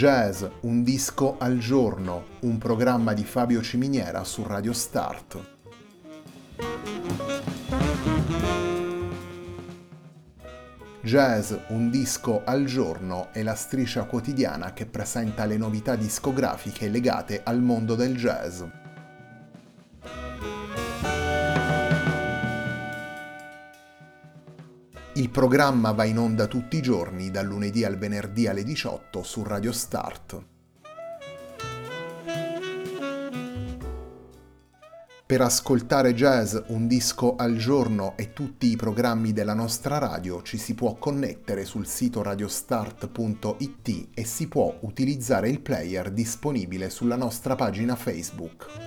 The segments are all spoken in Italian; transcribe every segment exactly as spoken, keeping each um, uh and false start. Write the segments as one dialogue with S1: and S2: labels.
S1: Jazz, un disco al giorno, un programma di Fabio Ciminiera su Radio Start. Jazz, un disco al giorno è la striscia quotidiana che presenta le novità discografiche legate al mondo del jazz. Il programma va in onda tutti i giorni, dal lunedì al venerdì alle diciotto su Radio Start. Per ascoltare Jazz, un disco al giorno e tutti i programmi della nostra radio ci si può connettere sul sito radiostart punto it e si può utilizzare il player disponibile sulla nostra pagina Facebook.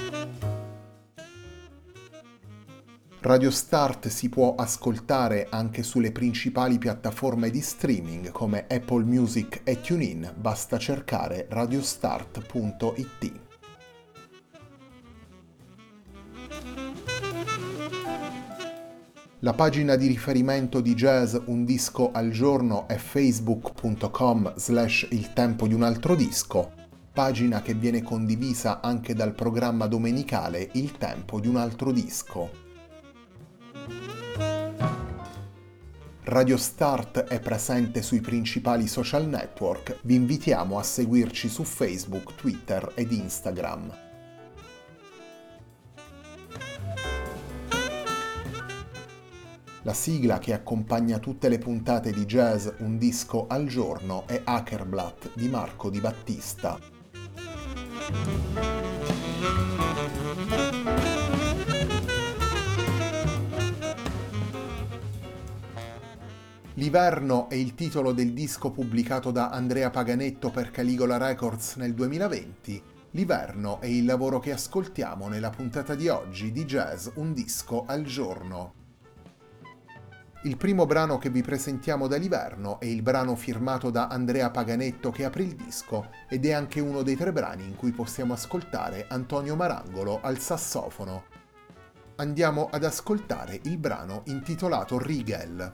S1: Radio Start si può ascoltare anche sulle principali piattaforme di streaming come Apple Music e TuneIn, basta cercare radiostart punto it. La pagina di riferimento di Jazz Un Disco al Giorno è facebook punto com slash il tempo di un altro disco, pagina che viene condivisa anche dal programma domenicale Il tempo di un altro disco. Radio Start è presente sui principali social network, vi invitiamo a seguirci su Facebook, Twitter ed Instagram. La sigla che accompagna tutte le puntate di Jazz Un Disco al Giorno è Hackerblatt di Marco Di Battista. L'inverno è il titolo del disco pubblicato da Andrea Paganetto per Caligola Records nel duemilaventi. L'inverno è il lavoro che ascoltiamo nella puntata di oggi di Jazz Un Disco al Giorno. Il primo brano che vi presentiamo da Liverno è il brano firmato da Andrea Paganetto che apre il disco ed è anche uno dei tre brani in cui possiamo ascoltare Antonio Marangolo al sassofono. Andiamo ad ascoltare il brano intitolato Rigel.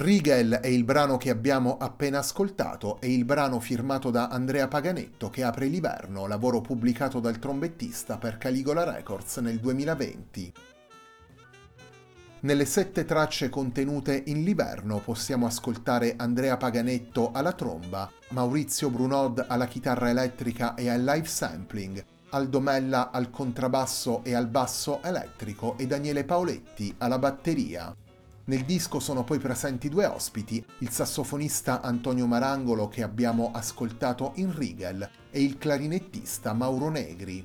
S1: Rigel è il brano che abbiamo appena ascoltato e il brano firmato da Andrea Paganetto che apre l'Iverno, lavoro pubblicato dal trombettista per Caligola Records nel duemilaventi. Nelle sette tracce contenute in L'Iverno possiamo ascoltare Andrea Paganetto alla tromba, Maurizio Brunod alla chitarra elettrica e al live sampling, Aldo Mella al contrabbasso e al basso elettrico e Daniele Paoletti alla batteria. Nel disco sono poi presenti due ospiti, il sassofonista Antonio Marangolo che abbiamo ascoltato in Rigel e il clarinettista Mauro Negri.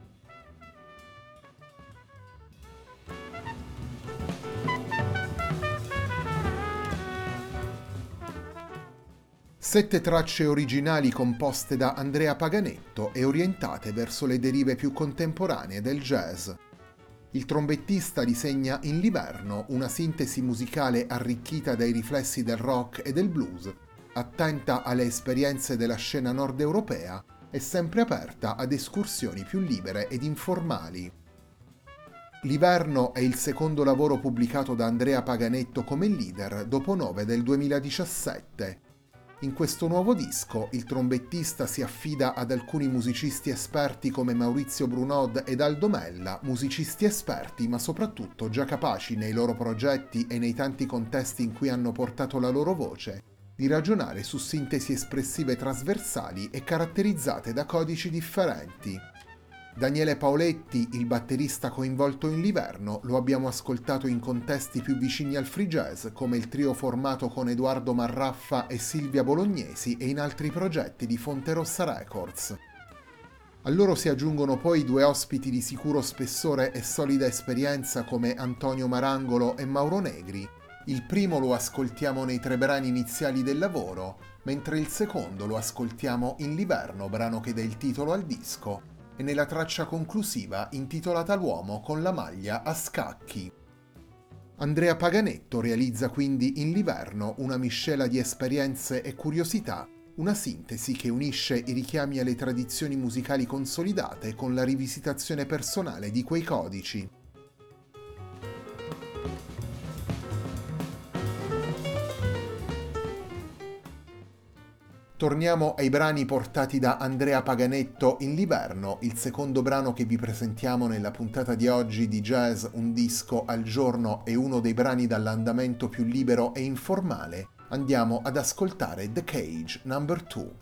S1: Sette tracce originali composte da Andrea Paganetto e orientate verso le derive più contemporanee del jazz. Il trombettista disegna in L'Iverno una sintesi musicale arricchita dai riflessi del rock e del blues, attenta alle esperienze della scena nord europea e sempre aperta ad escursioni più libere ed informali. L'Iverno è il secondo lavoro pubblicato da Andrea Paganetto come leader dopo Nove del duemiladiciassette. In questo nuovo disco il trombettista si affida ad alcuni musicisti esperti come Maurizio Brunod ed Aldo Mella, musicisti esperti ma soprattutto già capaci nei loro progetti e nei tanti contesti in cui hanno portato la loro voce, di ragionare su sintesi espressive trasversali e caratterizzate da codici differenti. Daniele Paoletti, il batterista coinvolto in L'Iverno, lo abbiamo ascoltato in contesti più vicini al free jazz, come il trio formato con Edoardo Marraffa e Silvia Bolognesi e in altri progetti di Fonterossa Records. A loro si aggiungono poi due ospiti di sicuro spessore e solida esperienza come Antonio Marangolo e Mauro Negri. Il primo lo ascoltiamo nei tre brani iniziali del lavoro, mentre il secondo lo ascoltiamo in L'Iverno, brano che dà il titolo al disco, e nella traccia conclusiva intitolata L'uomo con la maglia a scacchi. Andrea Paganetto realizza quindi in L'Iverno una miscela di esperienze e curiosità, una sintesi che unisce i richiami alle tradizioni musicali consolidate con la rivisitazione personale di quei codici. Torniamo ai brani portati da Andrea Paganetto in L'Iverno, il secondo brano che vi presentiamo nella puntata di oggi di Jazz Un disco al giorno e uno dei brani dall'andamento più libero e informale. Andiamo ad ascoltare The Cage number two.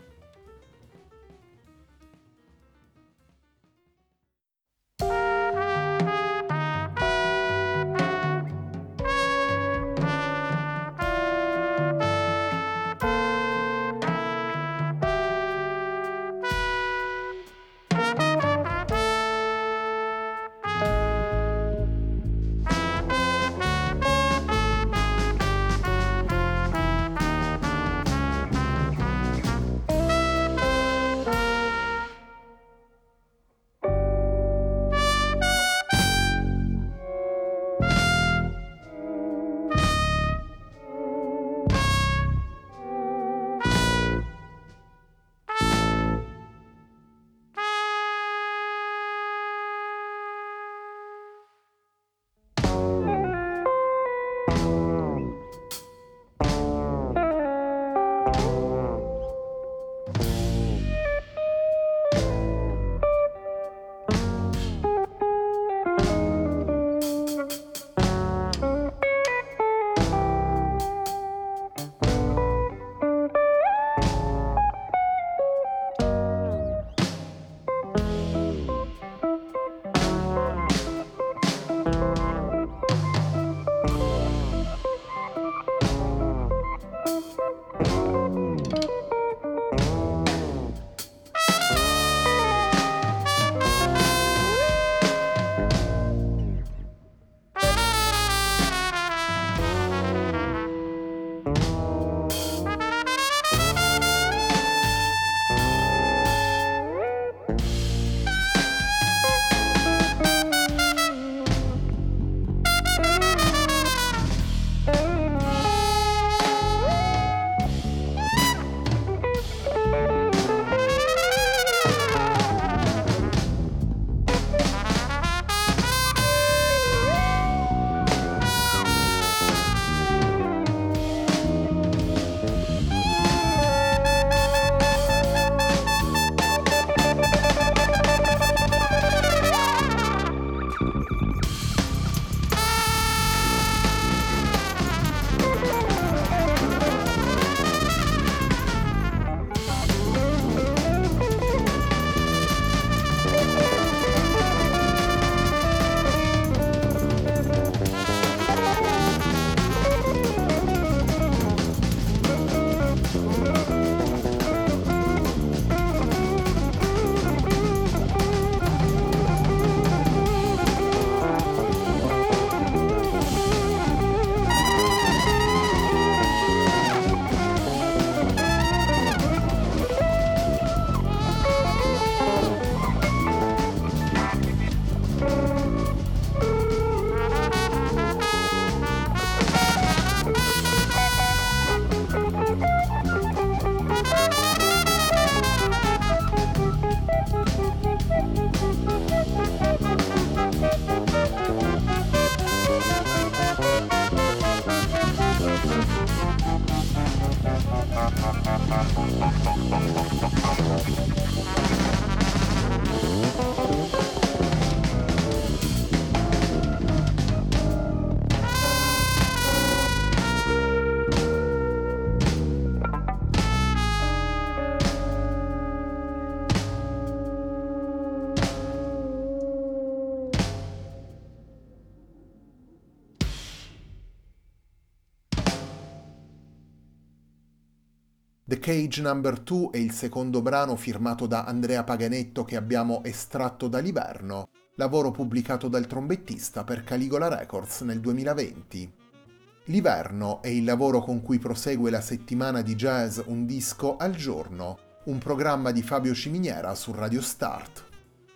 S1: The Cage number two è il secondo brano firmato da Andrea Paganetto che abbiamo estratto da Liverno, lavoro pubblicato dal trombettista per Caligola Records nel duemilaventi. Liverno è il lavoro con cui prosegue la settimana di jazz Un disco al giorno, un programma di Fabio Ciminiera su Radio Start.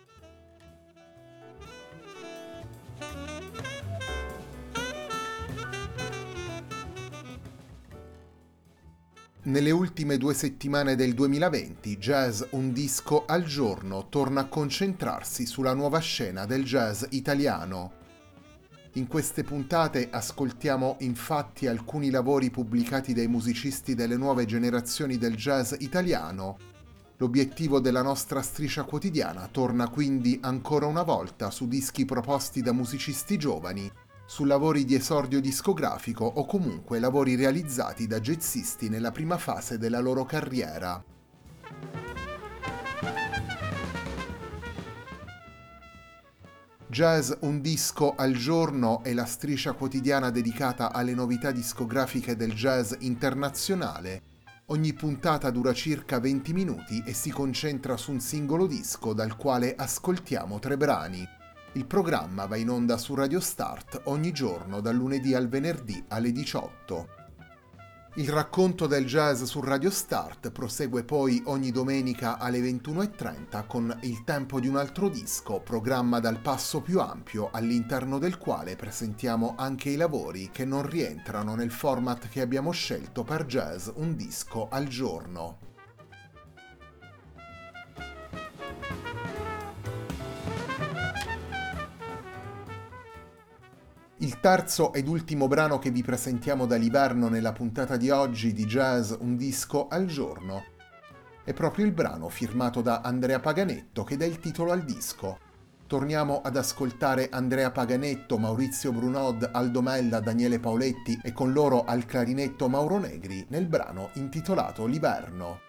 S1: Nelle ultime due settimane del duemilaventi, Jazz Un disco al giorno torna a concentrarsi sulla nuova scena del jazz italiano. In queste puntate ascoltiamo infatti alcuni lavori pubblicati dai musicisti delle nuove generazioni del jazz italiano. L'obiettivo della nostra striscia quotidiana torna quindi ancora una volta su dischi proposti da musicisti giovani, su lavori di esordio discografico o comunque lavori realizzati da jazzisti nella prima fase della loro carriera. Jazz Un disco al giorno è la striscia quotidiana dedicata alle novità discografiche del jazz internazionale. Ogni puntata dura circa venti minuti e si concentra su un singolo disco dal quale ascoltiamo tre brani. Il programma va in onda su Radio Start ogni giorno dal lunedì al venerdì alle diciotto. Il racconto del jazz su Radio Start prosegue poi ogni domenica alle ventuno e trenta con Il tempo di un altro disco, programma dal passo più ampio all'interno del quale presentiamo anche i lavori che non rientrano nel format che abbiamo scelto per Jazz Un disco al giorno. Il terzo ed ultimo brano che vi presentiamo da Liverno nella puntata di oggi di Jazz Un disco al giorno è proprio il brano firmato da Andrea Paganetto che dà il titolo al disco. Torniamo ad ascoltare Andrea Paganetto, Maurizio Brunod, Aldo Mella, Daniele Paoletti e con loro al clarinetto Mauro Negri nel brano intitolato Liverno.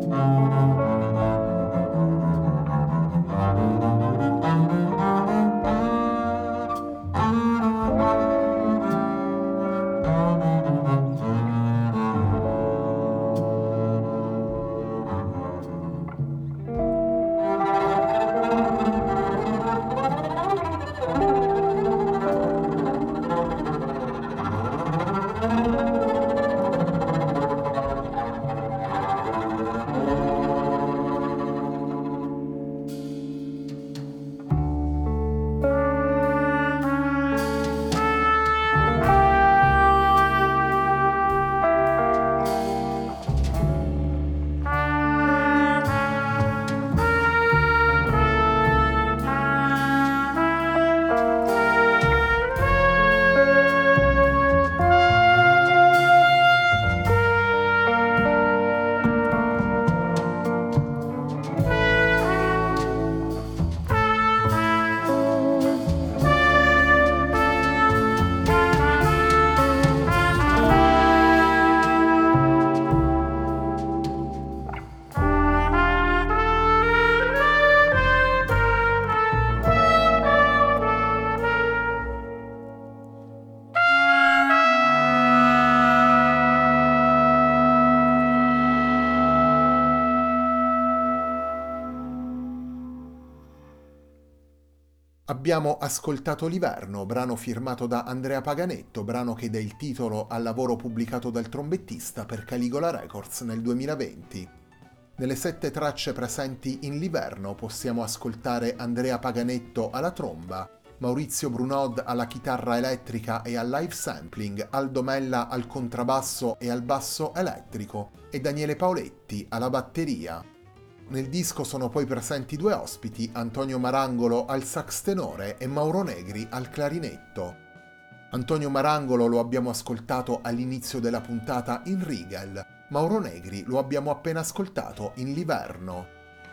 S1: Abbiamo ascoltato L'Iverno, brano firmato da Andrea Paganetto, brano che dà il titolo al lavoro pubblicato dal trombettista per Caligola Records nel duemilaventi. Nelle sette tracce presenti in L'Iverno possiamo ascoltare Andrea Paganetto alla tromba, Maurizio Brunod alla chitarra elettrica e al live sampling, Aldo Mella al contrabbasso e al basso elettrico e Daniele Paoletti alla batteria. Nel disco sono poi presenti due ospiti, Antonio Marangolo al sax tenore e Mauro Negri al clarinetto. Antonio Marangolo lo abbiamo ascoltato all'inizio della puntata in Riegel, Mauro Negri lo abbiamo appena ascoltato in L'Iverno.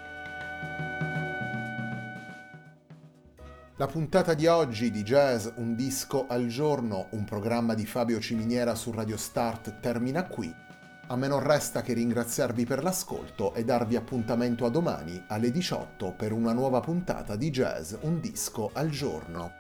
S1: La puntata di oggi di Jazz Un Disco al Giorno, un programma di Fabio Ciminiera su Radio Start, termina qui. A me non resta che ringraziarvi per l'ascolto e darvi appuntamento a domani alle diciotto per una nuova puntata di Jazz Un Disco al Giorno.